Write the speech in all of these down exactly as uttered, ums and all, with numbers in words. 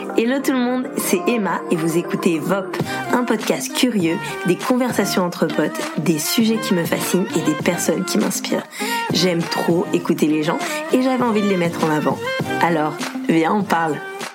Hello tout le monde, c'est Emma et vous écoutez V O P, un podcast curieux, des conversations entre potes, des sujets qui me fascinent et des personnes qui m'inspirent. J'aime trop écouter les gens et j'avais envie de les mettre en avant. Alors, viens, on parle.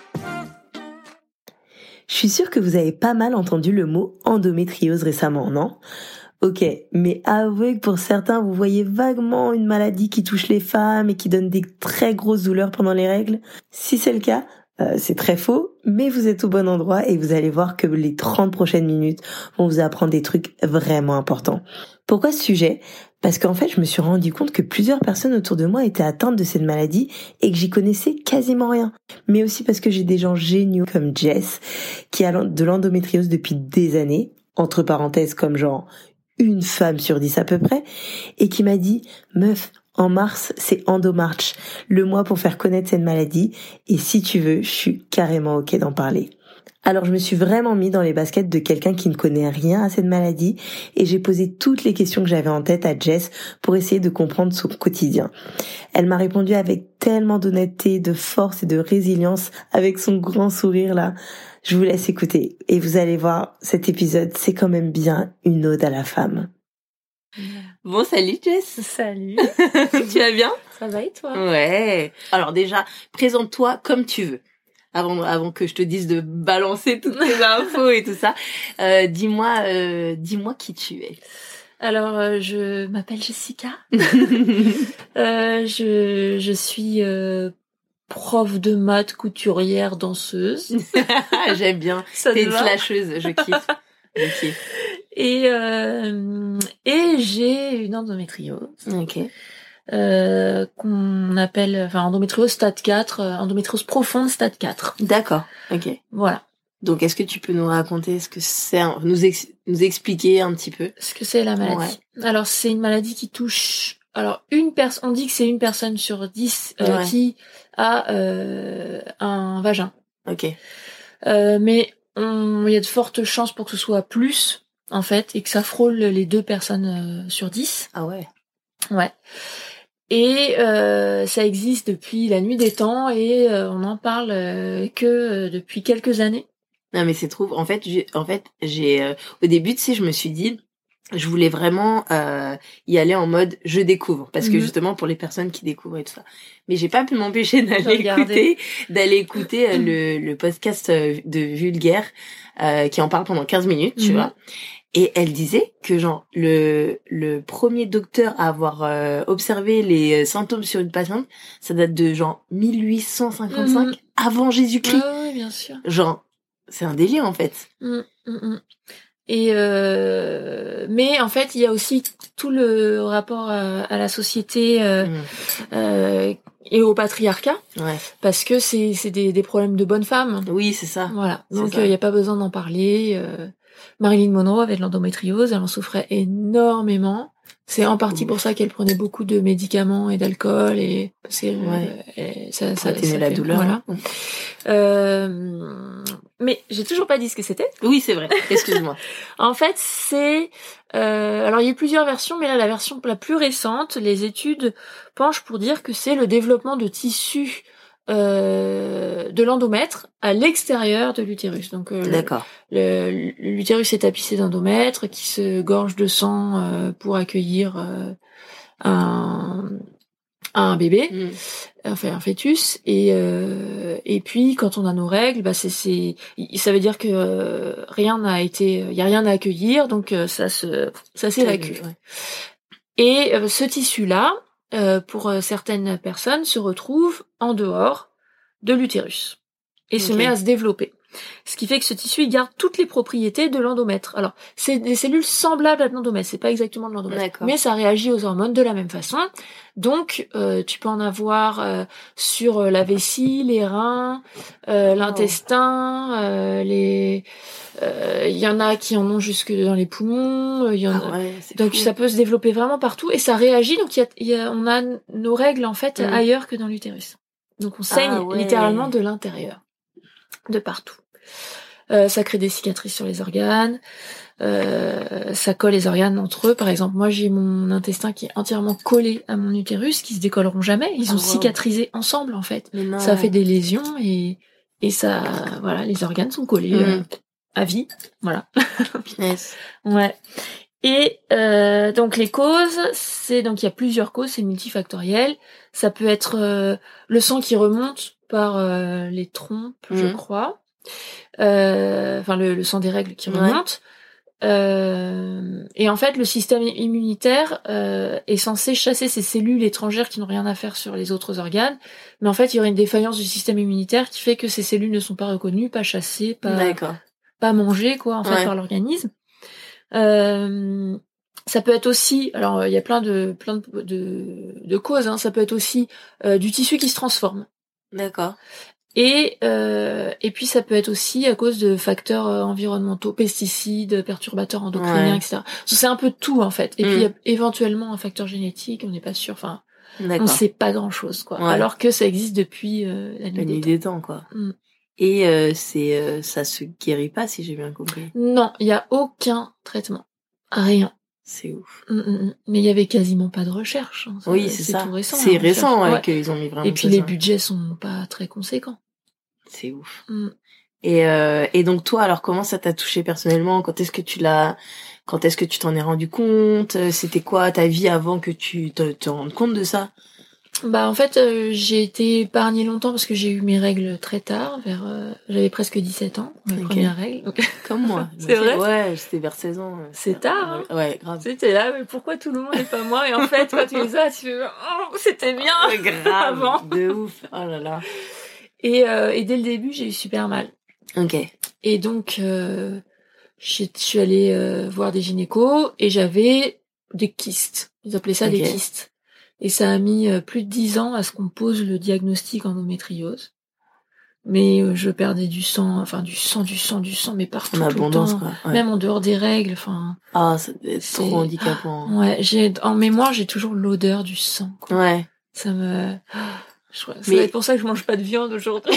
Je suis sûre que vous avez pas mal entendu le mot endométriose récemment, non ? Ok, mais avouez que pour certains, vous voyez vaguement une maladie qui touche les femmes et qui donne des très grosses douleurs pendant les règles. Si c'est le cas, euh, c'est très faux, mais vous êtes au bon endroit et vous allez voir que les trente prochaines minutes vont vous apprendre des trucs vraiment importants. Pourquoi ce sujet ? Parce qu'en fait, je me suis rendu compte que plusieurs personnes autour de moi étaient atteintes de cette maladie et que j'y connaissais quasiment rien. Mais aussi parce que j'ai des gens géniaux comme Jess, qui a de l'endométriose depuis des années, entre parenthèses comme genre une femme sur dix à peu près, et qui m'a dit « Meuf, en mars, c'est Endomarch, le mois pour faire connaître cette maladie, et si tu veux, je suis carrément ok d'en parler. » Alors je me suis vraiment mis dans les baskets de quelqu'un qui ne connaît rien à cette maladie, et j'ai posé toutes les questions que j'avais en tête à Jess pour essayer de comprendre son quotidien. Elle m'a répondu avec tellement d'honnêteté, de force et de résilience, avec son grand sourire là. Je vous laisse écouter et vous allez voir, cet épisode, c'est quand même bien une ode à la femme. Bon, salut Jess. Salut. Tu vas bien ? Ça va et toi ? Ouais. Alors déjà, présente-toi comme tu veux. Avant, avant que je te dise de balancer toutes tes infos et tout ça, euh, dis-moi, euh, dis-moi qui tu es. Alors, euh, je m'appelle Jessica. euh, je, je suis euh, prof de maths, couturière, danseuse. J'aime bien. Ça T'es une va slasheuse, je kiffe. Je kiffe. Et euh, et j'ai une endométriose. Ok. Euh, qu'on appelle, enfin, endométriose stade quatre, euh, endométriose profonde stade quatre. D'accord. Ok. Voilà. Donc, est-ce que tu peux nous raconter ce que c'est, nous ex- nous expliquer un petit peu ce que c'est la maladie. Ouais. Alors, c'est une maladie qui touche. Alors, une personne. On dit que c'est une personne sur dix euh, ouais. qui a euh, un vagin. Ok. Euh, mais il y a de fortes chances pour que ce soit plus, en fait, et que ça frôle les deux personnes euh, sur dix. Ah ouais. Ouais. Et euh, ça existe depuis la nuit des temps et euh, on en parle euh, que euh, depuis quelques années. Non mais c'est trop. En fait, j'ai, en fait, j'ai euh, au début, tu sais, je me suis dit, je voulais vraiment euh, y aller en mode je découvre, parce que mmh. justement pour les personnes qui découvrent et tout ça. Mais j'ai pas pu m'empêcher d'aller écouter, d'aller écouter euh, le, le podcast de Vulgaire euh, qui en parle pendant quinze minutes, tu mmh. vois. Et elle disait que genre le le premier docteur à avoir euh, observé les symptômes sur une patiente, ça date de genre mille huit cent cinquante-cinq mmh. avant Jésus-Christ. Ah oui, bien sûr. Genre c'est un délire en fait. Mmh, mmh. Et euh, mais en fait, il y a aussi tout le rapport à, à la société euh, mmh. euh, et au patriarcat, ouais. parce que c'est c'est des des problèmes de bonne femme. Oui, c'est ça. Voilà. Donc il euh, y a pas besoin d'en parler. Euh, Marilyn Monroe avait de l'endométriose, elle en souffrait énormément. C'est en partie pour ça qu'elle prenait beaucoup de médicaments et d'alcool et c'est ouais. euh, et ça ça, ça la fait, douleur. Voilà. Euh, mais j'ai toujours pas dit ce que c'était. Oui, c'est vrai. Excuse-moi. En fait, c'est euh, alors il y a plusieurs versions, mais là la version la plus récente, les études penchent pour dire que c'est le développement de tissus euh, de l'endomètre à l'extérieur de l'utérus. Donc euh, d'accord. Le, le, l'utérus est tapissé d'endomètre qui se gorge de sang euh, pour accueillir euh, un un bébé, mmh. enfin un fœtus, et euh, et puis quand on a nos règles, bah c'est c'est ça veut dire que euh, rien n'a été, il y a rien à accueillir, donc euh, ça se ça s'évacue. Ouais. Et euh, ce tissu là, euh, pour euh, certaines personnes, se retrouve en dehors de l'utérus et okay. se met à se développer. Ce qui fait que ce tissu, il garde toutes les propriétés de l'endomètre. Alors, c'est des cellules semblables à de l'endomètre, c'est pas exactement de l'endomètre, d'accord. mais ça réagit aux hormones de la même façon. Donc, euh, tu peux en avoir euh, sur la vessie, les reins, euh, l'intestin, euh, les... Il euh, y en a qui en ont jusque dans les poumons. Y en a... Ah ouais, donc, fou. Ça peut se développer vraiment partout et ça réagit. Donc, y a, y a, on a nos règles, en fait, mmh. ailleurs que dans l'utérus. Donc, on saigne ah ouais. littéralement de l'intérieur, de partout. Euh, ça crée des cicatrices sur les organes, euh, ça colle les organes entre eux. Par exemple, moi j'ai mon intestin qui est entièrement collé à mon utérus, qui se décolleront jamais. Ils ont ah, wow. cicatrisé ensemble en fait. Ça a fait des lésions et et ça, voilà, les organes sont collés Mmh. euh, à vie, voilà. Yes. Ouais. Et euh, donc les causes, c'est donc il y a plusieurs causes, c'est multifactoriel. Ça peut être euh, le sang qui remonte par euh, les trompes, mmh. je crois. Euh, enfin le, le sang des règles qui remonte. Ouais. Euh, et en fait, le système immunitaire euh, est censé chasser ces cellules étrangères qui n'ont rien à faire sur les autres organes. Mais en fait, il y aurait une défaillance du système immunitaire qui fait que ces cellules ne sont pas reconnues, pas chassées, pas D'accord. pas mangées quoi en fait ouais. par l'organisme. Euh, ça peut être aussi, alors il y a plein de plein de, de, de causes. Hein, ça peut être aussi euh, du tissu qui se transforme. D'accord. Et euh, et puis ça peut être aussi à cause de facteurs euh, environnementaux, pesticides, perturbateurs endocriniens, ouais. et cetera. C'est un peu tout en fait. Et mmh. puis il y a éventuellement un facteur génétique, on n'est pas sûr. Enfin, on sait pas grand chose quoi. Ouais. Alors que ça existe depuis euh, la nuit, la des, nuit temps. des temps quoi. Mmh. Et euh, c'est euh, ça se guérit pas si j'ai bien compris. Non, il y a aucun traitement, rien. C'est ouf. Mmh, mmh. Mais il y avait quasiment pas de recherche. Hein. Oui, c'est, c'est ça. Tout récent. C'est hein, récent ouais, ouais. qu'ils ont mis vraiment. Et puis les ça. budgets sont pas très conséquents. C'est ouf. Mmh. Et euh, et donc toi, alors comment ça t'a touché personnellement? Quand est-ce que tu l'as, quand est-ce que tu t'en es rendu compte? C'était quoi ta vie avant que tu te, te rendes compte de ça? Bah en fait, euh, j'ai été épargnée longtemps parce que j'ai eu mes règles très tard, vers euh, j'avais presque dix-sept ans, mes okay. premières règles. Donc... Comme moi. C'est vrai? Ouais, c'était vers seize ans. C'est tard. Hein ouais, grave. C'était là, mais pourquoi tout le monde et pas moi? Et en fait, quand tu les as, tu fais oh, c'était bien grave, avant. De ouf. Oh là là. Et euh, et dès le début, j'ai eu super mal. OK. Et donc euh, je suis allée euh, voir des gynécos et j'avais des kystes. Ils appelaient ça okay. des kystes. Et ça a mis plus de dix ans à ce qu'on pose le diagnostic endométriose. Mais euh, je perdais du sang, enfin du sang, du sang, du sang, mais partout en abondance, tout le temps, quoi. Ouais. Même en dehors des règles. Enfin. Ah, ça doit être trop handicapant. Ah, ouais, j'ai en mémoire, j'ai toujours l'odeur du sang. Quoi. Ouais. Ça me. Je crois. Ça mais... va être pour ça que je mange pas de viande aujourd'hui.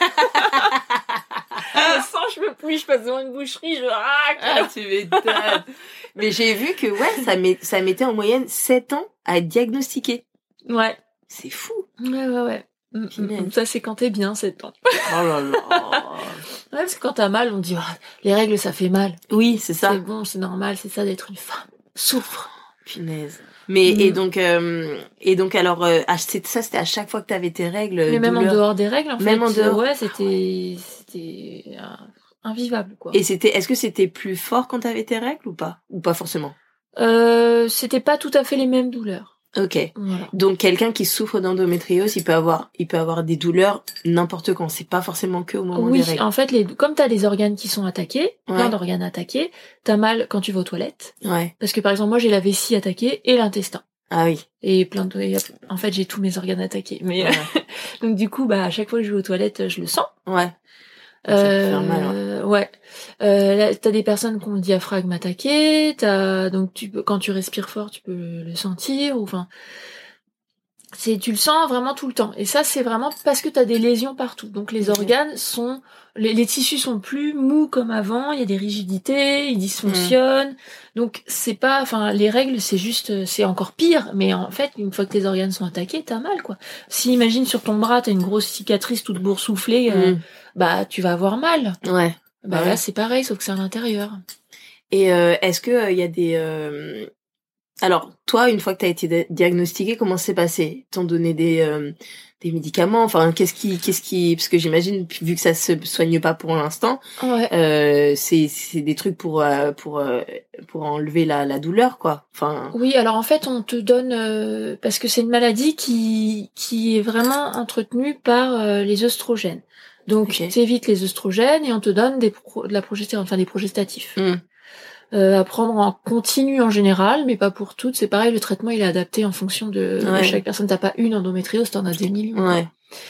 Le sang, je me pouille, je passe devant une boucherie, je racle. Ah, tu m'étonnes. Mais j'ai vu que ouais, ça met, ça mettait en moyenne sept ans à diagnostiquer. Ouais. C'est fou. Ouais, ouais, ouais. Mmh, ça, c'est quand t'es bien, sept ans. Oh là là. Ouais, parce que quand t'as mal, on dit, oh, les règles, ça fait mal. Oui, c'est ça. C'est bon, c'est normal, c'est ça d'être une femme. Souffre. Punaise. Mais, mmh. et donc, euh, et donc, alors, euh, ça, c'était à chaque fois que t'avais tes règles. Mais même douleur. En dehors des règles, en fait. Même en dehors. Ouais, c'était, c'était invivable, quoi. Et c'était, est-ce que c'était plus fort quand t'avais tes règles ou pas? Ou pas forcément? Euh, c'était pas tout à fait les mêmes douleurs. Ok. Voilà. Donc quelqu'un qui souffre d'endométriose, il peut avoir, il peut avoir des douleurs n'importe quand. C'est pas forcément que au moment oui, des règles. Oui, en fait, les, comme t'as les organes qui sont attaqués, ouais. plein d'organes attaqués, t'as mal quand tu vas aux toilettes. Ouais. Parce que par exemple, moi j'ai la vessie attaquée et l'intestin. Ah oui. Et plein de, en fait, j'ai tous mes organes attaqués. Mais ouais. donc du coup, bah à chaque fois que je vais aux toilettes, je le sens. Ouais. Ça euh, peut faire mal, ouais. ouais. Euh, là, t'as des personnes qui ont le diaphragme attaqué, t'as donc tu peux, quand tu respires fort, tu peux le, le sentir, ou enfin. C'est, tu le sens vraiment tout le temps. Et ça, c'est vraiment parce que tu as des lésions partout. Donc les okay. organes sont, les, les tissus sont plus mous comme avant. Il y a des rigidités, ils dysfonctionnent. Mmh. Donc c'est pas, enfin les règles, c'est juste, c'est encore pire. Mais en fait, une fois que tes organes sont attaqués, t'as mal quoi. Si imagine sur ton bras, t'as une grosse cicatrice toute boursouflée, mmh. euh, bah tu vas avoir mal. Ouais. Bah ouais. Là c'est pareil, sauf que c'est à l'intérieur. Et euh, est-ce que il euh, y a des euh... Alors, toi, une fois que tu as été diagnostiqué, comment c'est passé? T'ont donné des euh, des médicaments? Enfin, qu'est-ce qui, qu'est-ce qui, parce que j'imagine, vu que ça se soigne pas pour l'instant, ouais. euh, c'est c'est des trucs pour euh, pour euh, pour enlever la la douleur, quoi. Enfin. Oui, alors en fait, on te donne euh, parce que c'est une maladie qui qui est vraiment entretenue par euh, les œstrogènes. Donc, okay. t'évites les œstrogènes et on te donne des pro- de la progestérone, enfin des progestatifs. Mm. Euh, à prendre en continu en général, mais pas pour toutes. C'est pareil, le traitement il est adapté en fonction de, ouais. de chaque personne. T'as pas une endométriose, t'en as des millions. Ouais.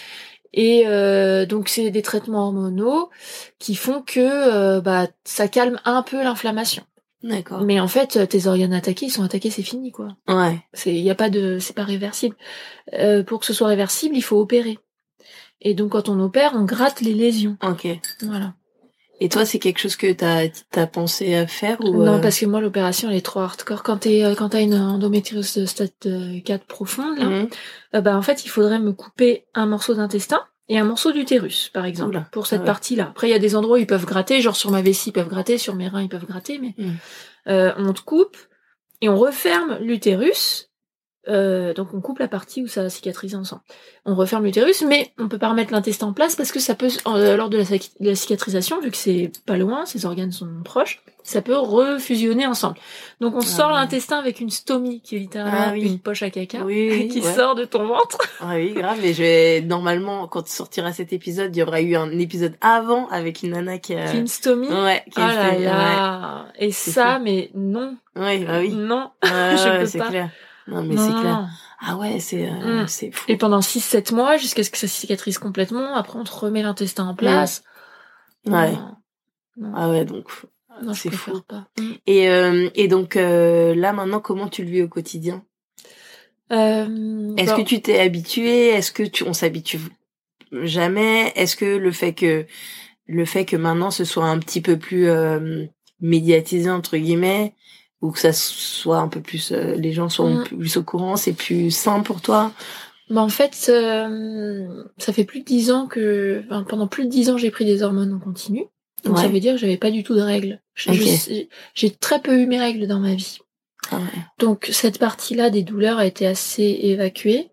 Et euh, donc c'est des traitements hormonaux qui font que euh, bah ça calme un peu l'inflammation. D'accord. Mais en fait, tes organes attaqués, ils sont attaqués, c'est fini quoi. Ouais. C'est, y a pas de, c'est pas réversible. Euh, pour que ce soit réversible, il faut opérer. Et donc quand on opère, on gratte les lésions. Ok. Voilà. Et toi, c'est quelque chose que t'as, t'as pensé à faire ou Non, euh... parce que moi, l'opération, elle est trop hardcore. Quand t'es, quand t'as une endométriose de stade quatre profonde, là, mmh. euh, bah, en fait, il faudrait me couper un morceau d'intestin. et un morceau d'utérus, par exemple, Oula. pour cette Ah ouais. partie-là. Après, il y a des endroits où ils peuvent gratter, genre sur ma vessie, ils peuvent gratter, sur mes reins, ils peuvent gratter, mais Mm. euh, on te coupe et on referme l'utérus. Euh, donc on coupe la partie où ça va cicatriser ensemble. On referme l'utérus, mais on peut pas remettre l'intestin en place parce que ça peut, euh, lors de la, de la cicatrisation, vu que c'est pas loin, ces organes sont proches, ça peut refusionner ensemble. Donc on Ah sort ouais. l'intestin avec une stomie qui est littéralement Ah oui. une poche à caca Oui, oui, qui ouais. sort de ton ventre. Ah oui, grave. Mais je vais, normalement, quand sortira cet épisode, il y aura eu un épisode avant avec une nana qui a... Qui une stomie. Ouais, qui a Ah là une- là. ouais. Et C'est ça, fou. mais non. Ouais, bah oui. Non. Ouais, Je ouais, peux c'est pas. clair. Non, mais Non, c'est non, clair. non. Ah ouais, c'est, euh, Mm. c'est fou. Et pendant six sept mois, jusqu'à ce que ça cicatrise complètement, après on te remet l'intestin en place. Ouais. Non, non. Ah ouais, donc, Non, je c'est préfère fou. pas. Mm. Et, euh, et donc, euh, là, maintenant, comment tu le vis au quotidien? Euh, Est-ce bah, que tu t'es habitué? Est-ce que tu, on s'habitue jamais? Est-ce que le fait que, le fait que maintenant ce soit un petit peu plus, euh, médiatisé, entre guillemets, ou que ça soit un peu plus, euh, les gens soient Mm. plus au courant, c'est plus simple pour toi? bah en fait, euh, ça fait plus de dix ans que, enfin, pendant plus de dix ans, j'ai pris des hormones en continu. Donc Ouais. ça veut dire que j'avais pas du tout de règles. Je- Ok. je- j'ai très peu eu mes règles dans ma vie. Ah ouais. Donc cette partie-là des douleurs a été assez évacuée.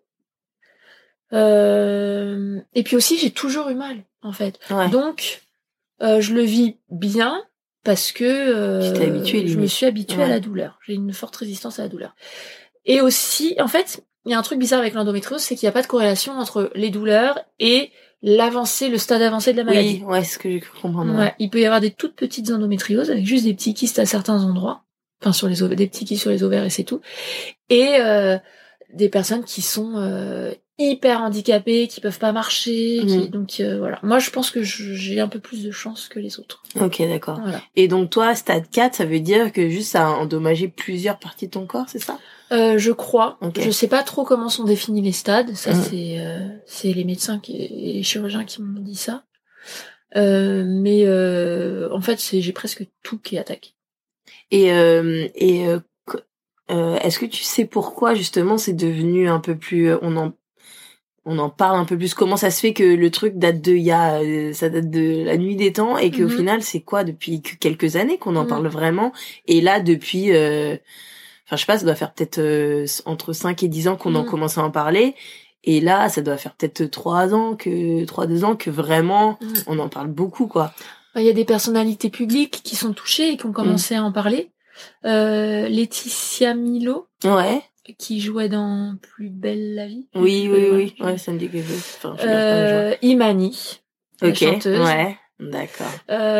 Euh, et puis aussi, j'ai toujours eu mal, en fait. Ouais. Donc, euh, je le vis bien parce que euh, Tu t'es habituée, je me limite. suis habituée Ouais. à la douleur. J'ai une forte résistance à la douleur. Et aussi, en fait, il y a un truc bizarre avec l'endométriose, c'est qu'il n'y a pas de corrélation entre les douleurs et l'avancée, le stade avancé de la maladie. Oui, ouais, c'est ce que j'ai cru comprendre. Ouais, il peut y avoir des toutes petites endométrioses avec juste des petits kystes à certains endroits, enfin sur les ovaires, des petits kystes sur les ovaires et c'est tout. Et euh, des personnes qui sont euh, hyper handicapées, qui peuvent pas marcher, qui... Mhm. donc euh, voilà. Moi, je pense que je- j'ai un peu plus de chance que les autres. Ok, d'accord. Voilà. Et donc toi, stade quatre, ça veut dire que juste ça a endommagé plusieurs parties de ton corps, c'est ça? Euh, je crois. Ok. Je sais pas trop comment sont définis les stades. Ça, Mhm. c'est euh, c'est les médecins qui, et les chirurgiens qui m'ont dit ça. Euh, mais euh, en fait, c'est j'ai presque tout qui attaque. Et, euh, et euh, qu- euh, est-ce que tu sais pourquoi justement c'est devenu un peu plus, euh, on en on en parle un peu plus. Comment ça se fait que le truc date de il y a, euh, ça date de la nuit des temps et qu'au Mhm. final c'est quoi depuis que- quelques années qu'on en Mhm. parle vraiment. Et là depuis, euh, enfin je sais pas, ça doit faire peut-être euh, entre cinq et dix ans qu'on en Mhm. commence à en parler. Et là, ça doit faire peut-être trois ans que trois deux ans que vraiment Mhm. on en parle beaucoup quoi. Il y a des personnalités publiques qui sont touchées et qui ont commencé à en parler. Euh, Laetitia Milo, Ouais. qui jouait dans Plus belle la vie. Oui, Euh, oui, voilà. oui. Ouais, ça me dit quelque chose. Enfin, je regarde pas, mais je vois. Euh, Imani, la Ok, chanteuse. ouais, d'accord.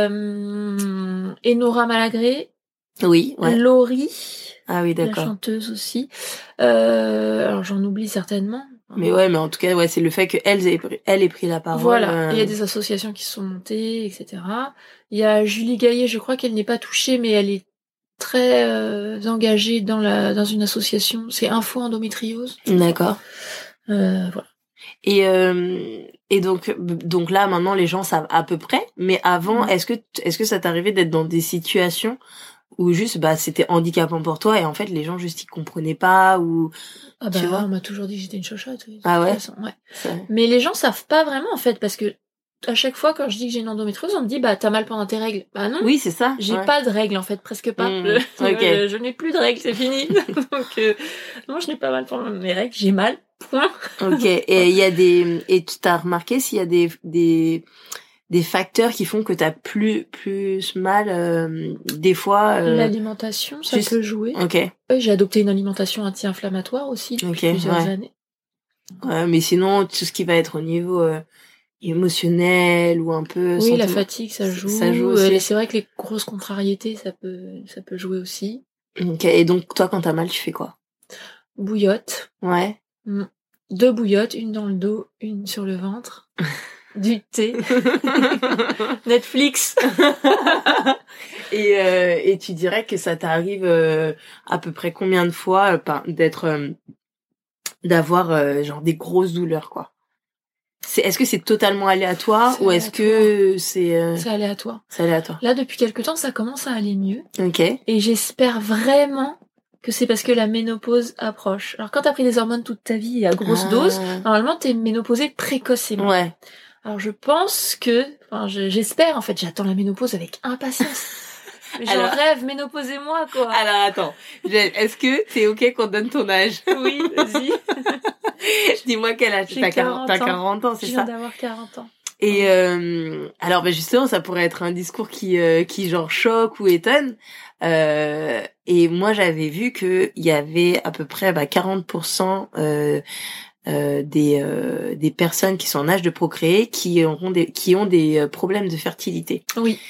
Euh, Enora Malagré, Oui, ouais. Laurie, Ah oui, la d'accord. chanteuse aussi. Euh, alors j'en oublie certainement. Mais ouais, mais en tout cas, ouais, c'est le fait qu'elle ait pris, elle ait pris la parole. Voilà, euh, il y a des associations qui se sont montées, et cetera. Il y a Julie Gaillet, je crois qu'elle n'est pas touchée, mais elle est très euh, engagée dans la dans une association. C'est Info Endométriose. D'accord. Euh, voilà. Et euh, et donc donc là maintenant les gens savent à peu près. Mais avant, Mhm. est-ce que est-ce que ça t'arrivait d'être dans des situations où juste bah c'était handicapant pour toi et en fait les gens juste ils comprenaient pas ou Ah tu bah vois? on m'a toujours dit que j'étais une chochotte. Oui, de Ah toute ouais? façon, ouais. Ça- Mais les gens savent pas vraiment en fait parce que à chaque fois quand je dis que j'ai une endométriose, on me dit bah t'as mal pendant tes règles. Bah non. Oui, c'est ça. J'ai ouais. pas de règles en fait, presque pas. Mmh, Je, ok. je- je n'ai plus de règles, c'est fini. Donc euh, non, je n'ai pas mal pendant mes règles, j'ai mal. Point. Ok. Et il y a des et tu t'as remarqué s'il y a des des des facteurs qui font que t'as plus plus mal euh, des fois. Euh... L'alimentation, ça juste- peut jouer. Ok. Ouais, j'ai adopté une alimentation anti-inflammatoire aussi depuis Ok, plusieurs ouais. années. Ouais, mais sinon tout ce qui va être au niveau euh, émotionnel ou un peu. Oui, la sentiment- fatigue, ça joue. Ça joue Euh, aussi. c'est vrai que les grosses contrariétés, ça peut, ça peut jouer aussi. Ok. Et donc toi quand t'as mal tu fais quoi? Bouillotte. Ouais. Mm. Deux bouillottes, une dans le dos, une sur le ventre. Du thé. Netflix. et euh, et tu dirais que ça t'arrive euh, à peu près combien de fois euh, par- d'être euh, d'avoir euh, genre des grosses douleurs quoi? C'est est-ce que c'est totalement aléatoire C'est ou est-ce que c'est euh, C'est aléatoire. c'est aléatoire? Là, depuis quelque temps, ça commence à aller mieux. Ok. Et j'espère vraiment que c'est parce que la ménopause approche. Alors quand t'as pris des hormones toute ta vie et à grosse ah. dose, normalement t'es ménopausée précocement. Ouais. Alors je pense que, enfin je, j'espère en fait, j'attends la ménopause avec impatience. Mais j'en alors, rêve, ménopausez-moi quoi. Alors attends, est-ce que t'es ok qu'on donne ton âge? Oui, vas-y. Dis-moi quel âge. J'ai t'as quarante, t'as quarante ans, c'est ça? Je viens d'avoir quarante ans. Et euh, alors ben justement ça pourrait être un discours qui euh, qui genre choque ou étonne. Euh, et moi j'avais vu que il y avait à peu près bah, quarante pour cent euh, euh, des euh, des personnes qui sont en âge de procréer qui auront des qui ont des problèmes de fertilité. Oui.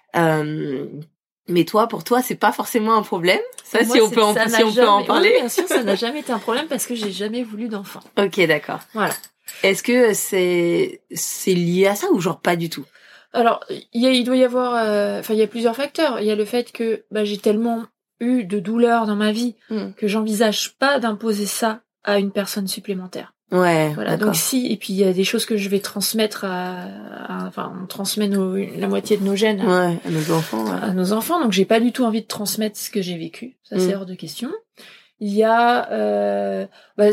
Euh, mais toi pour toi c'est pas forcément un problème. Ça moi, si on peut en ça si on jamais, peut en parler. Oui, bien sûr ça n'a jamais été un problème parce que j'ai jamais voulu d'enfant. Ok d'accord. Voilà. Est-ce que c'est c'est lié à ça ou genre pas du tout? Alors, il y a, il doit y avoir, enfin, euh, il y a plusieurs facteurs. Il y a le fait que bah, j'ai tellement eu de douleurs dans ma vie mm. que j'envisage pas d'imposer ça à une personne supplémentaire. Ouais. Voilà. D'accord. Donc si, et puis il y a des choses que je vais transmettre à, à enfin, on transmet nos, la moitié de nos gènes. À, ouais, à nos enfants. Ouais. À nos enfants. Donc j'ai pas du tout envie de transmettre ce que j'ai vécu. Ça mm. c'est hors de question. Il y a euh, bah,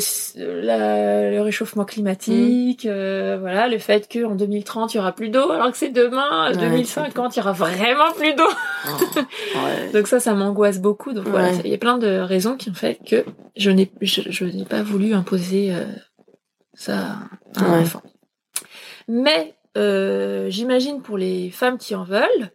la, le réchauffement climatique, mmh. euh, voilà, le fait que en deux mille trente il y aura plus d'eau, alors que c'est demain, ouais, deux mille cinquante il y aura vraiment plus d'eau. Oh, ouais. Donc ça, ça m'angoisse beaucoup. Donc ouais. Voilà, il y a plein de raisons qui ont fait que je n'ai, je, je n'ai pas voulu imposer euh, ça à un ouais. enfant. Mais euh, j'imagine pour les femmes qui en veulent,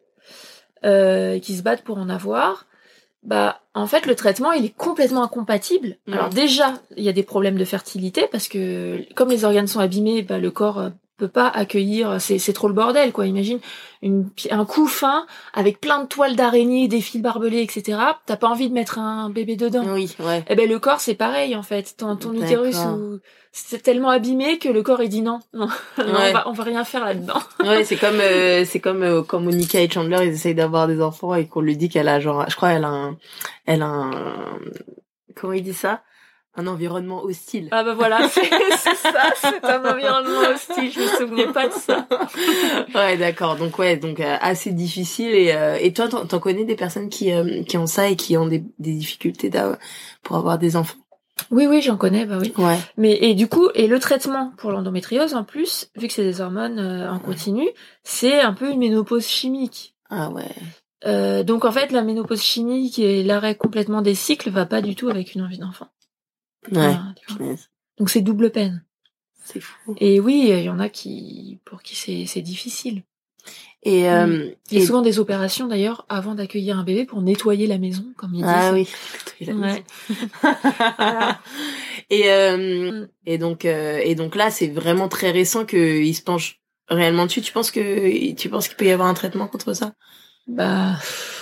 euh, qui se battent pour en avoir. Bah, en fait, le traitement, il est complètement incompatible. Mmh. Alors déjà, il y a des problèmes de fertilité parce que comme les organes sont abîmés, bah le corps euh, peut pas accueillir. C'est, c'est trop le bordel, quoi. Imagine une, un coup fin avec plein de toiles d'araignée, des fils barbelés, et cetera. T'as pas envie de mettre un bébé dedans. Oui, ouais. Eh ben le corps, c'est pareil en fait. Ton, ton utérus, où c'est tellement abîmé que le corps il dit non, non, ouais. non on va, on va rien faire là-dedans. Ouais, c'est comme, euh, c'est comme euh, quand Monica et Chandler ils essayent d'avoir des enfants et qu'on lui dit qu'elle a genre, je crois elle a un, elle a un, comment il dit ça? Un environnement hostile. Ah bah voilà, c'est, c'est ça, c'est un environnement hostile, je me souvenais pas de ça. Ouais, d'accord. Donc ouais, donc euh, assez difficile et euh, et toi t'en, t'en connais des personnes qui euh, qui ont ça et qui ont des des difficultés pour avoir des enfants? Oui oui, j'en connais, bah oui. Ouais. Mais et du coup, et le traitement pour l'endométriose en plus, vu que c'est des hormones euh, en continu, c'est un peu une ménopause chimique. Ah ouais. Euh, donc en fait, la ménopause chimique et l'arrêt complètement des cycles va pas du tout avec une envie d'enfant. Ouais. Voilà, donc c'est double peine. C'est fou. Et oui, il y en a qui, pour qui c'est, c'est difficile. Et euh, mmh. il y a et... souvent des opérations d'ailleurs avant d'accueillir un bébé pour nettoyer la maison, comme ils disent. Ah oui, nettoyer la ouais. maison. Voilà. Et euh, mmh. et donc euh, et donc là, c'est vraiment très récent qu'il se penche réellement dessus. Tu penses que tu penses qu'il peut y avoir un traitement contre ça? Bah,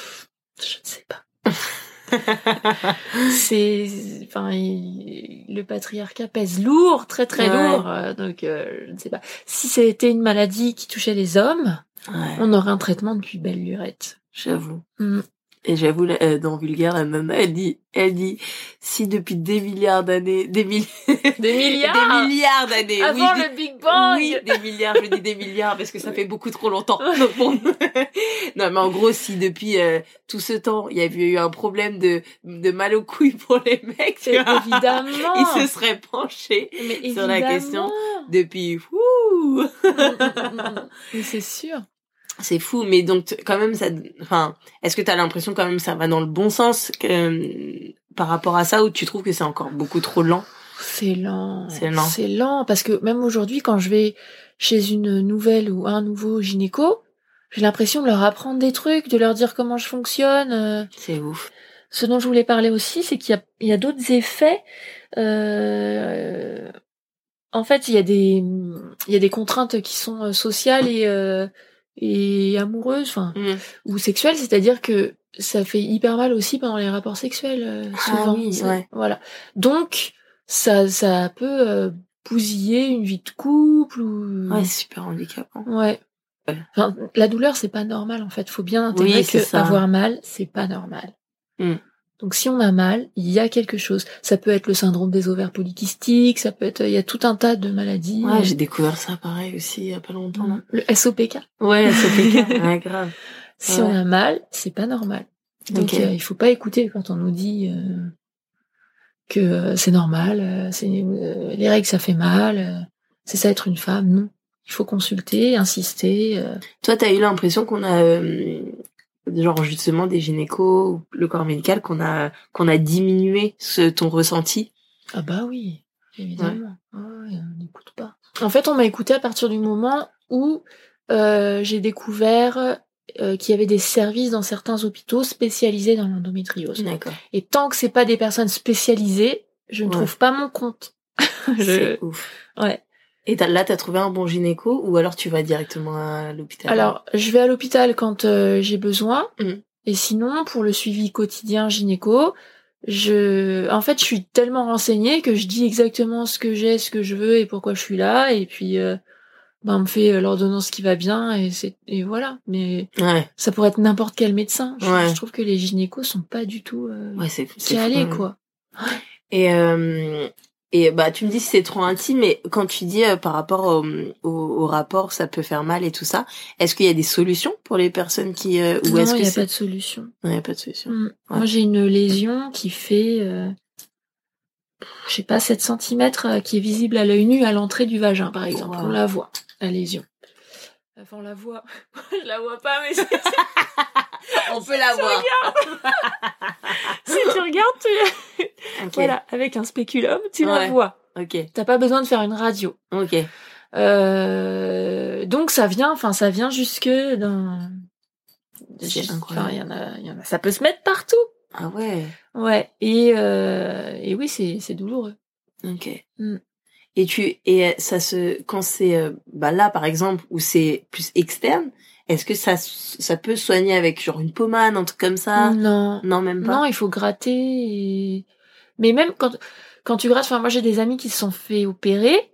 je ne sais pas. c'est, enfin, il, le patriarcat pèse lourd, très très ouais. lourd. Euh, donc, euh, je ne sais pas. Si c'était une maladie qui touchait les hommes, ouais. on aurait un traitement depuis belle lurette. J'avoue. Mm. Et j'avoue, euh, dans Vulgaire, la nana, elle dit, elle dit, si depuis des milliards d'années, des, mi- des milliards, des milliards d'années, avant oui, le Big Bang, oui, des milliards, je dis des milliards parce que ça fait beaucoup trop longtemps. Donc bon. Non, mais en gros, si depuis euh, tout ce temps, il y avait eu un problème de de mal aux couilles pour les mecs, tu vois, évidemment, ils se seraient penchés mais sur la question depuis. Ouh. Mais c'est sûr. C'est fou, mais donc quand même ça. Enfin, est-ce que t'as l'impression quand même ça va dans le bon sens que, euh, par rapport à ça, ou tu trouves que c'est encore beaucoup trop lent? C'est lent. C'est lent. C'est lent parce que même aujourd'hui, quand je vais chez une nouvelle ou un nouveau gynéco, j'ai l'impression de leur apprendre des trucs, de leur dire comment je fonctionne. C'est ouf. Ce dont je voulais parler aussi, c'est qu'il y a, il y a d'autres effets. Euh... En fait, il y a des, il y a des contraintes qui sont sociales et euh, et amoureuse, enfin, mmh. ou sexuelle, c'est-à-dire que ça fait hyper mal aussi pendant les rapports sexuels, euh, souvent. Ah oui, ouais. Voilà. Donc, ça, ça peut euh, bousiller une vie de couple ou... Ouais, c'est super handicapant. Ouais. ouais. Enfin, la douleur, c'est pas normal, en fait. Faut bien intégrer oui, que ça. Avoir mal, c'est pas normal. Mmh. Donc, si on a mal, il y a quelque chose. Ça peut être le syndrome des ovaires polykystiques, ça peut être, il y a tout un tas de maladies. Ouais, j'ai découvert ça pareil aussi, il y a pas longtemps. Là. Le S O P K. Ouais, S O P K. Ouais, grave. Si ouais. on a mal, c'est pas normal. Donc, okay. euh, il faut pas écouter quand on nous dit, euh, que euh, c'est normal, euh, c'est euh, les règles ça fait mal, euh, c'est ça être une femme. Non, il faut consulter, insister. Euh. Toi, t'as eu l'impression qu'on a euh, genre justement des gynécos ou le corps médical qu'on a qu'on a diminué ce ton ressenti? Ah bah oui, évidemment. Ouais. Ah ouais, on n'écoute pas. En fait, on m'a écouté à partir du moment où euh, j'ai découvert euh, qu'il y avait des services dans certains hôpitaux spécialisés dans l'endométriose. D'accord. Et tant que c'est pas des personnes spécialisées, je ne ouais. trouve pas mon compte. je... C'est ouf. Ouais. Et t'as, là, t'as trouvé un bon gynéco ou alors tu vas directement à l'hôpital? Alors, je vais à l'hôpital quand euh, j'ai besoin. Mmh. Et sinon, pour le suivi quotidien gynéco, je, en fait, je suis tellement renseignée que je dis exactement ce que j'ai, ce que je veux et pourquoi je suis là. Et puis, euh, ben, on me fait l'ordonnance qui va bien et c'est, et voilà. Mais ouais. ça pourrait être n'importe quel médecin. Je, ouais. je trouve que les gynécos sont pas du tout euh, ouais, c'est, c'est calés, fou, quoi. Ouais. Et euh, et bah tu me dis si c'est trop intime, mais quand tu dis euh, par rapport au, au, au rapport, ça peut faire mal et tout ça. Est-ce qu'il y a des solutions pour les personnes qui euh, ou non, est-ce que il y a c'est... pas de solution. Non, il y a pas de solution. Mmh. Ouais. Moi, j'ai une lésion qui fait, euh, je sais pas, sept centimètres, euh, qui est visible à l'œil nu à l'entrée du vagin, par exemple. Wow. On la voit, la lésion. Enfin, on la voit. Je la vois pas, mais c'est... on peut la voir. Si tu regardes, tu... okay. Voilà, avec un spéculum, tu ouais. la vois. Ok. T'as pas besoin de faire une radio. Ok. Euh... Donc ça vient, enfin ça vient jusque dans. C'est incroyable. Enfin, il y en a, il y en a. Ça peut se mettre partout. Ah ouais. Ouais. Et euh... et oui, c'est c'est douloureux. Ok. Mm. Et tu et ça se quand c'est euh, bah là par exemple où c'est plus externe, est-ce que ça ça peut soigner avec genre une pommade, un truc comme ça? Non. Non, même pas. Non, il faut gratter. Et... Mais même quand quand tu grattes, enfin moi j'ai des amis qui se sont fait opérer,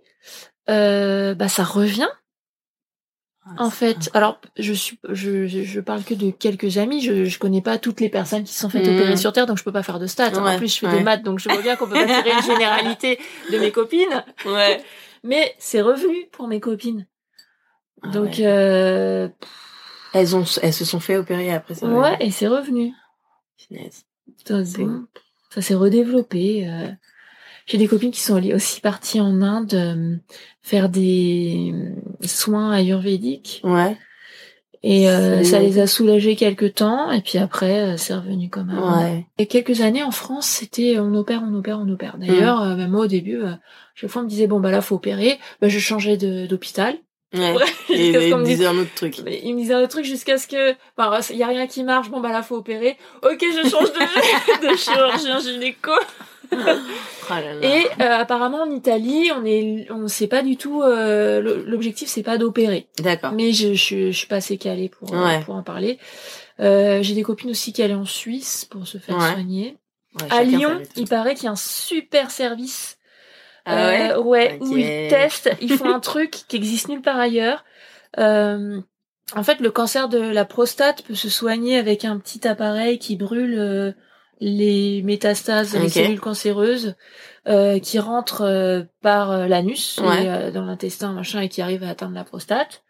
euh, bah ça revient. Ah, en fait, ça. Alors je suis je, je je parle que de quelques amis, je je connais pas toutes les personnes qui se sont faites mmh. opérer sur terre, donc je peux pas faire de stats. Ouais, en plus je fais ouais. des maths, donc je vois bien qu'on peut pas tirer une généralité de mes copines. Ouais. Mais c'est revenu pour mes copines. Ah donc ouais. euh... elles ont elles se sont fait opérer après ça. Ouais, et c'est revenu. Finesse. Donc, bon, ça s'est redéveloppé. Euh... J'ai des copines qui sont aussi parties en Inde euh, faire des soins ayurvédiques. Ouais. Et euh, ça les a soulagés quelque temps, et puis après, euh, c'est revenu comme avant. Ouais. Et quelques années en France, c'était on opère, on opère, on opère. D'ailleurs, mmh. euh, même moi au début, euh, chaque fois on me disait bon bah là faut opérer, bah je changeais de d'hôpital. Ouais. Et il me disait un autre truc. Il me disait un autre truc jusqu'à ce que, enfin, il y a rien qui marche, bon bah là faut opérer. Ok, je change de, de chirurgien gynéco. Oh là là. Et euh, apparemment en Italie, on est, on sait pas du tout. Euh, l'objectif c'est pas d'opérer. D'accord. Mais je, je, je suis pas assez calée pour ouais. euh, pour en parler. Euh, j'ai des copines aussi qui allaient en Suisse pour se faire ouais. soigner. Ouais, à Lyon, il paraît qu'il y a un super service. Ah ouais. Euh, ouais, okay. Où ils testent, ils font un truc qui existe nulle part ailleurs. Euh, en fait, le cancer de la prostate peut se soigner avec un petit appareil qui brûle euh, les métastases, okay. les cellules cancéreuses euh, qui rentrent euh, par euh, l'anus ouais. et euh, dans l'intestin machin et qui arrivent à atteindre la prostate.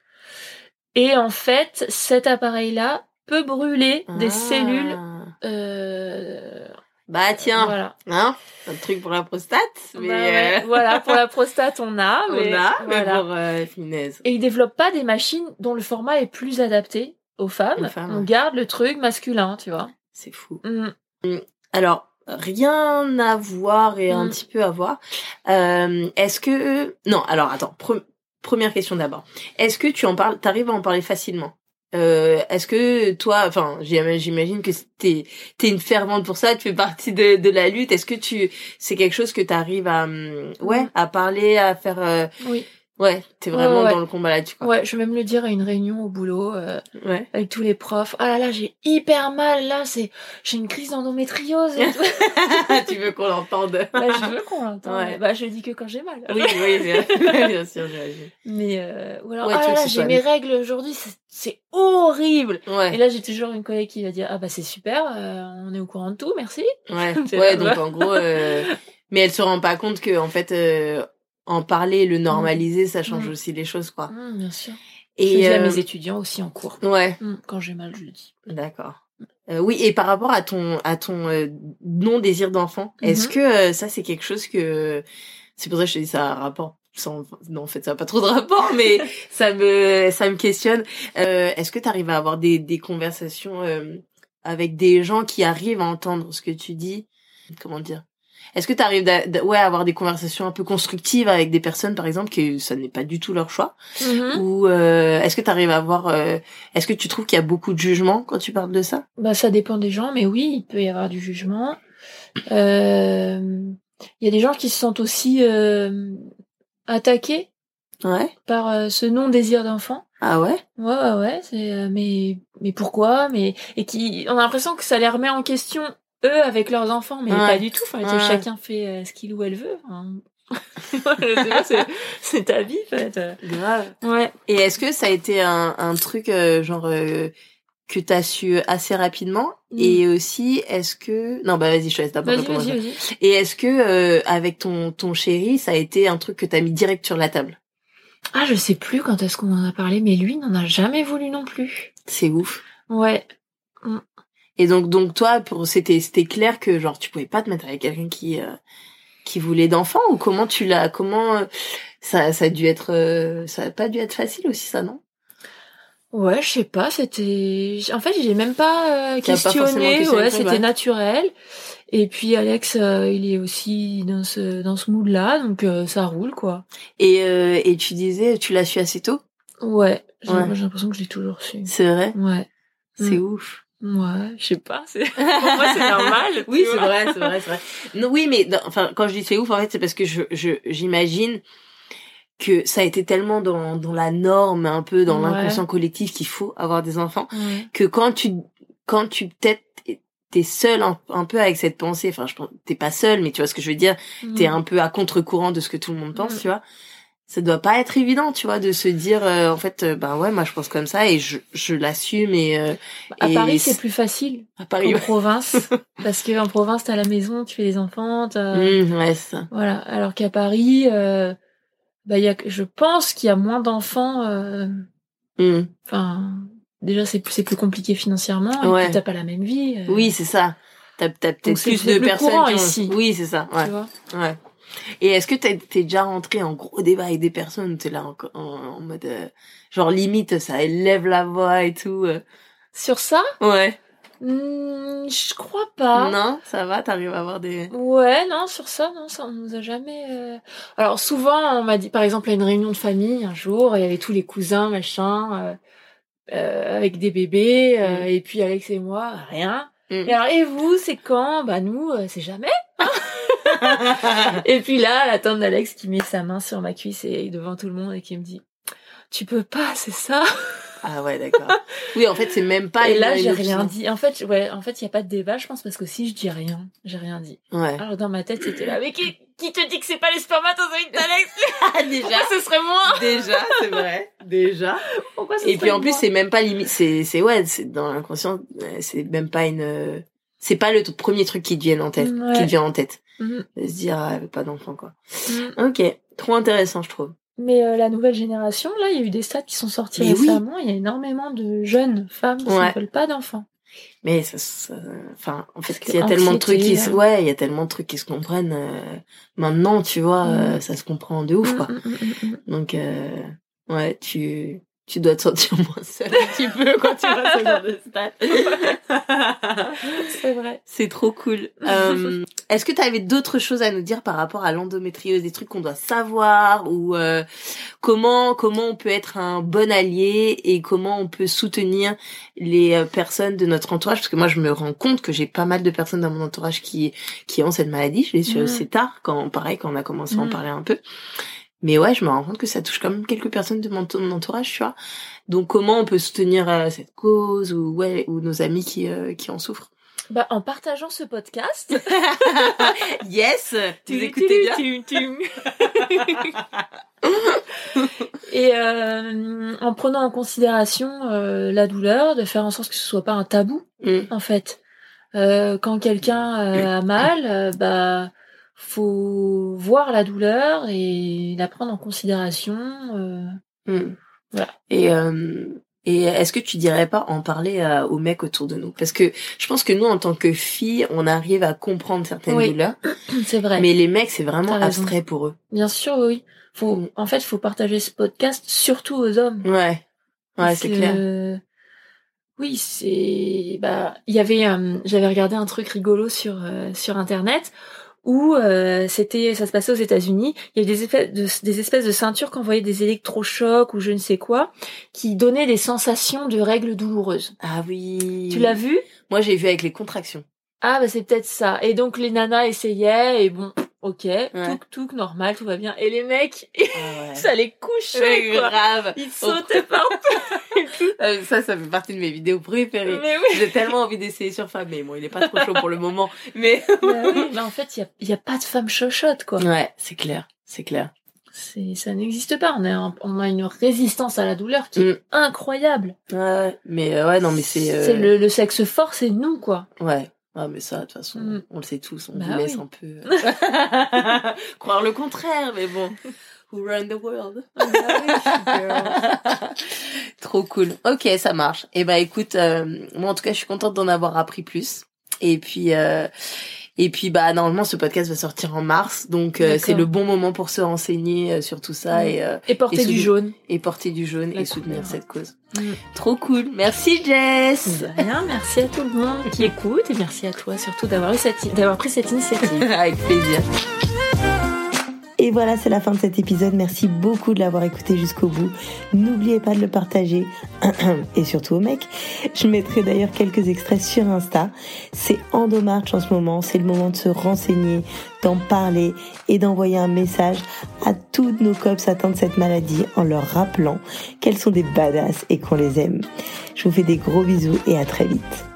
Et en fait, cet appareil-là peut brûler ah. des cellules. Euh, bah tiens, voilà. hein, un truc pour la prostate. Mais bah ouais, euh... voilà, pour la prostate on a. Mais on a, voilà. mais pour euh, finesse. Et ils développent pas des machines dont le format est plus adapté aux femmes. femmes on ouais. garde le truc masculin, tu vois. C'est fou. Mm. Alors, rien à voir et mm. un petit peu à voir. Euh, est-ce que... Non, alors attends, pre- première question d'abord. Est-ce que tu en parles, t'arrives à en parler facilement? Euh, est-ce que toi, enfin, j'imagine que t'es, t'es une fervente pour ça, tu fais partie de, de la lutte. Est-ce que tu, c'est quelque chose que t'arrives à, ouais, à parler, à faire, euh, oui. Ouais, t'es vraiment ouais, ouais. dans le combat là-dessus, quoi. Ouais, je vais même le dire à une réunion au boulot, euh, ouais. avec tous les profs. Ah là là, j'ai hyper mal, là, c'est, j'ai une crise d'endométriose. Tu veux qu'on l'entende? Bah, je veux qu'on l'entende. Ouais. Bah, je le dis que quand j'ai mal. Oui, oui, bien, bien sûr, j'imagine. Mais, euh, ou alors, ouais, ah là là, j'ai mes règles aujourd'hui, c'est, c'est horrible. Ouais. Et là, j'ai toujours une collègue qui va dire, ah bah, c'est super, euh, on est au courant de tout, merci. Ouais, ouais, donc en gros, euh, mais elle se rend pas compte que, en fait, euh, en parler, le normaliser, mmh. ça change mmh. aussi les choses, quoi. Mmh, bien sûr. Et je le dis euh... à mes étudiants aussi en cours. Ouais. Mmh, quand j'ai mal, je le dis. D'accord. Euh, oui, et par rapport à ton à ton euh, non désir d'enfant, mm-hmm. est-ce que euh, ça c'est quelque chose que c'est pour ça que je te dis ça a un rapport sans non en fait ça a pas trop de rapport mais ça me ça me questionne. Euh, est-ce que tu arrives à avoir des des conversations euh, avec des gens qui arrivent à entendre ce que tu dis? Comment dire? Est-ce que tu arrives à, ouais, à avoir des conversations un peu constructives avec des personnes, par exemple, que ça n'est pas du tout leur choix? Mm-hmm. Ou euh, est-ce que tu arrives à avoir... Euh, est-ce que tu trouves qu'il y a beaucoup de jugement quand tu parles de ça? Bah, ça dépend des gens, mais oui, il peut y avoir du jugement. Euh, il y a des gens qui se sentent aussi euh, attaqués ouais. par euh, ce non-désir d'enfant. Ah ouais? Ouais, ouais, ouais. C'est, euh, mais, mais pourquoi? Mais, et qui, on a l'impression que ça les remet en question... eux avec leurs enfants, mais ouais. pas du tout. Enfin, ouais. Chacun fait euh, ce qu'il ou elle veut. Hein. c'est, c'est ta vie, en fait. Grave. Ouais. Et est-ce que ça a été un, un truc euh, genre euh, que t'as su assez rapidement? mm. Et aussi, est-ce que non, bah vas-y, je te laisse d'abord répondre. Vas-y, vas-y. Et est-ce que euh, avec ton ton chéri, ça a été un truc que t'as mis direct sur la table? Ah, je sais plus quand est-ce qu'on en a parlé, mais lui n'en a jamais voulu non plus. C'est ouf. Ouais. Mm. Et donc, donc toi, pour c'était c'était clair que genre tu pouvais pas te mettre avec quelqu'un qui euh, qui voulait d'enfants ou comment tu l'as comment euh, ça ça a dû être euh, ça a pas dû être facile aussi ça non? Ouais, je sais pas, c'était en fait j'ai même pas euh, questionné, pas ouais, c'était ouais. naturel. Et puis Alex, euh, il est aussi dans ce dans ce mood là, donc euh, ça roule quoi. Et euh, et tu disais, tu l'as su assez tôt? Ouais, j'ai, ouais. Moi, j'ai l'impression que je l'ai toujours su. C'est vrai? Ouais. C'est mmh. ouf. Ouais, je sais pas, c'est pour moi c'est normal. Oui, c'est vrai, c'est vrai, c'est vrai. Non, oui, mais non, enfin quand je dis c'est ouf, en fait, c'est parce que je je j'imagine que ça a été tellement dans dans la norme, un peu dans ouais. l'inconscient collectif qu'il faut avoir des enfants, ouais. que quand tu quand tu peut-être t'es seule un, un peu avec cette pensée, enfin je pense t'es pas seule, mais tu vois ce que je veux dire, mmh. t'es un peu à contre-courant de ce que tout le monde pense, mmh. tu vois. Ça doit pas être évident, tu vois, de se dire euh, en fait euh, bah ouais, moi je pense comme ça et je je l'assume et euh, à et Paris c'est plus facile à Paris qu'en ouais. province parce que en province t'as la maison, tu fais des enfants, t'as... Mmh, ouais, c'est ça. Voilà, alors qu'à Paris euh, bah il y a je pense qu'il y a moins d'enfants euh... mmh. enfin déjà c'est plus c'est plus compliqué financièrement et ouais. puis t'as pas la même vie. Euh... Oui, c'est ça. T'as t'as peut-être Donc, plus c'est, de plus personnes courant qui ont... ici. Oui, c'est ça. Ouais. Tu vois ouais. Et est-ce que t'es, t'es déjà rentré en gros débat avec des personnes, t'es là en, en, en mode euh, genre limite ça élève la voix et tout euh. Sur ça? Ouais. Mmh, je crois pas. Non, ça va, t'arrives à avoir des... Ouais, non, sur ça, non, ça on nous a jamais... Euh... Alors souvent, on m'a dit, par exemple, à une réunion de famille, un jour, il y avait tous les cousins, machin, euh, euh, avec des bébés, euh, mmh. et puis Alex et moi, rien. Mmh. Et alors, et vous, c'est quand? Bah nous, euh, c'est jamais. Et puis là, la tante d'Alex qui met sa main sur ma cuisse et devant tout le monde et qui me dit « Tu peux pas, c'est ça ?» Ah ouais, d'accord. Oui, en fait, c'est même pas... Et là, j'ai rien dit. En fait, ouais, en fait, il y a pas de débat, je pense, parce que si je dis rien, j'ai rien dit. Ouais. Alors dans ma tête, c'était là, mais qui, qui te dit que c'est pas les spermatozoïdes d'Alex? Ah, déjà. Pourquoi ce serait moi? Déjà, c'est vrai. Déjà. Pourquoi ce Et puis en plus, moi c'est même pas limite, c'est, c'est, ouais, c'est dans l'inconscient, c'est même pas une, c'est pas le t- premier truc qui te vient en tête, ouais. qui te vient en tête. Mmh. De se dire, ah, pas d'enfant, quoi. Mmh. Ok. Trop intéressant, je trouve. Mais euh, la nouvelle génération, là, il y a eu des stats qui sont sortis mais récemment. Oui. Il y a énormément de jeunes femmes qui ouais. ne veulent pas d'enfants. Mais ça, ça enfin, en fait, il y a anxiété, tellement de trucs qui se, euh... ouais, il y a tellement de trucs qui se comprennent. Euh, maintenant, tu vois, mmh. euh, ça se comprend de ouf, quoi. Mmh, mmh, mmh. Donc, euh, ouais, tu, tu dois te sentir moins seule un petit peu quand tu vas ce genre de stats. C'est vrai. C'est trop cool. Euh, est-ce que tu avais d'autres choses à nous dire par rapport à l'endométriose, des trucs qu'on doit savoir ou euh, comment comment on peut être un bon allié et comment on peut soutenir les euh, personnes de notre entourage, parce que moi je me rends compte que j'ai pas mal de personnes dans mon entourage qui qui ont cette maladie. Je l'ai su assez tard, quand pareil quand on a commencé à en parler un peu. Mais ouais, je me rends compte que ça touche quand même quelques personnes de mon, mon entourage, tu vois. Donc comment on peut soutenir euh, cette cause ou ouais ou nos amis qui euh, qui en souffrent? Bah en partageant ce podcast. Yes, tu écoutez bien. Tum, tum. Et euh, en prenant en considération euh, la douleur, de faire en sorte que ce soit pas un tabou, mm. en fait. Euh, quand quelqu'un euh, a mal, euh, bah faut voir la douleur et la prendre en considération. Euh, mm. voilà. Et euh, Et est-ce que tu dirais pas en parler à, aux mecs autour de nous? Parce que je pense que nous, en tant que filles, on arrive à comprendre certaines oui. douleurs. C'est vrai. Mais les mecs, c'est vraiment abstrait pour eux. Bien sûr, oui. Faut, mm. En fait, faut partager ce podcast surtout aux hommes. Ouais. Ouais, c'est que... clair. Oui, c'est, bah, il y avait, euh, j'avais regardé un truc rigolo sur, euh, sur Internet, où euh, c'était, ça se passait aux États-Unis. Il y avait des espèces de, des espèces de ceintures qui envoyaient des électrochocs ou je ne sais quoi, qui donnaient des sensations de règles douloureuses. Ah oui. Tu l'as vu? Moi, j'ai vu avec les contractions. Ah bah c'est peut-être ça. Et donc les nanas essayaient et bon, ok, ouais. touc touc, normal, tout va bien. Et les mecs, ah ouais. ça les couchait ouais, quoi. Grave. Ils sautaient partout. Ça, ça fait partie de mes vidéos préférées. Mais oui. J'ai tellement envie d'essayer sur femme, mais bon, il est pas trop chaud pour le moment. Mais bah oui, mais en fait, il y a, y a pas de femme chochotte quoi. Ouais, c'est clair, c'est clair. C'est, ça n'existe pas. On a, un, on a une résistance à la douleur qui mm. est incroyable. Ouais, mais euh, ouais, non, mais c'est. Euh... C'est le, le sexe fort, c'est nous quoi. Ouais. Ah mais ça de toute façon mm. on le sait tous, on bah vous laisse oui. un peu croire le contraire, mais bon, who run the world. Trop cool. Ok, ça marche. Et eh ben écoute, euh, moi en tout cas je suis contente d'en avoir appris plus. Et puis euh, et puis bah normalement ce podcast va sortir en mars, donc euh, c'est le bon moment pour se renseigner euh, sur tout ça mmh. et euh, et porter et du jaune et porter du jaune La et soutenir couleur. Cette cause. Mmh. Trop cool. Merci Jess. De rien, merci à tout le monde qui écoute et merci à toi surtout d'avoir eu cette d'avoir pris cette initiative. Avec plaisir. Et voilà, c'est la fin de cet épisode. Merci beaucoup de l'avoir écouté jusqu'au bout. N'oubliez pas de le partager. Et surtout aux mecs. Je mettrai d'ailleurs quelques extraits sur Insta. C'est Endomarch en ce moment. C'est le moment de se renseigner, d'en parler et d'envoyer un message à toutes nos cops atteints de cette maladie en leur rappelant qu'elles sont des badass et qu'on les aime. Je vous fais des gros bisous et à très vite.